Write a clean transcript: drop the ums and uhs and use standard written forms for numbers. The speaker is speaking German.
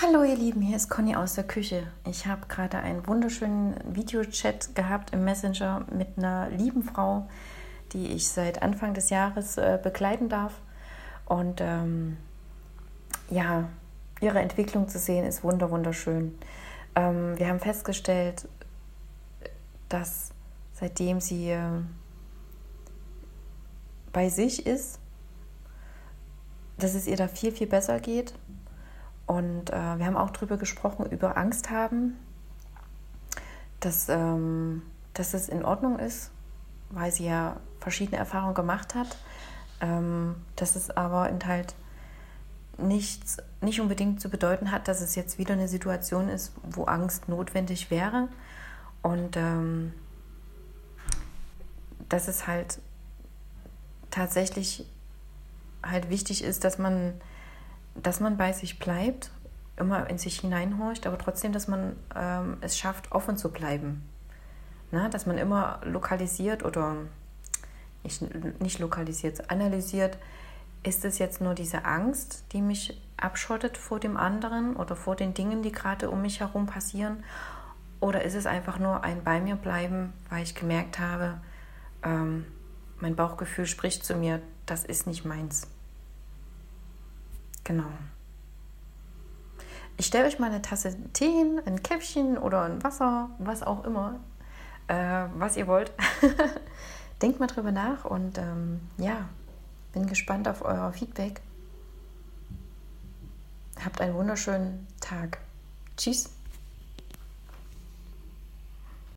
Hallo ihr Lieben, hier ist Conny aus der Küche. Ich habe gerade einen wunderschönen Videochat gehabt im Messenger mit einer lieben Frau, die ich seit Anfang des Jahres begleiten darf. Und ja, ihre Entwicklung zu sehen ist wunderschön. Wir haben festgestellt, dass seitdem sie bei sich ist, dass es ihr da viel besser geht. Und wir haben auch darüber gesprochen, über Angst haben, dass es in Ordnung ist, weil sie ja verschiedene Erfahrungen gemacht hat, dass es aber halt nicht unbedingt zu bedeuten hat, dass es jetzt wieder eine Situation ist, wo Angst notwendig wäre. Und dass es halt tatsächlich halt wichtig ist, dass man bei sich bleibt, immer in sich hineinhorcht, aber trotzdem, dass man es schafft, offen zu bleiben. Na, dass man immer lokalisiert oder nicht lokalisiert, analysiert, ist es jetzt nur diese Angst, die mich abschottet vor dem anderen oder vor den Dingen, die gerade um mich herum passieren, oder ist es einfach nur ein bei mir bleiben, weil ich gemerkt habe, mein Bauchgefühl spricht zu mir, das ist nicht meins. Genau. Ich stelle euch mal eine Tasse Tee hin, ein Käffchen oder ein Wasser, was auch immer, was ihr wollt. Denkt mal drüber nach und ja, bin gespannt auf euer Feedback. Habt einen wunderschönen Tag. Tschüss.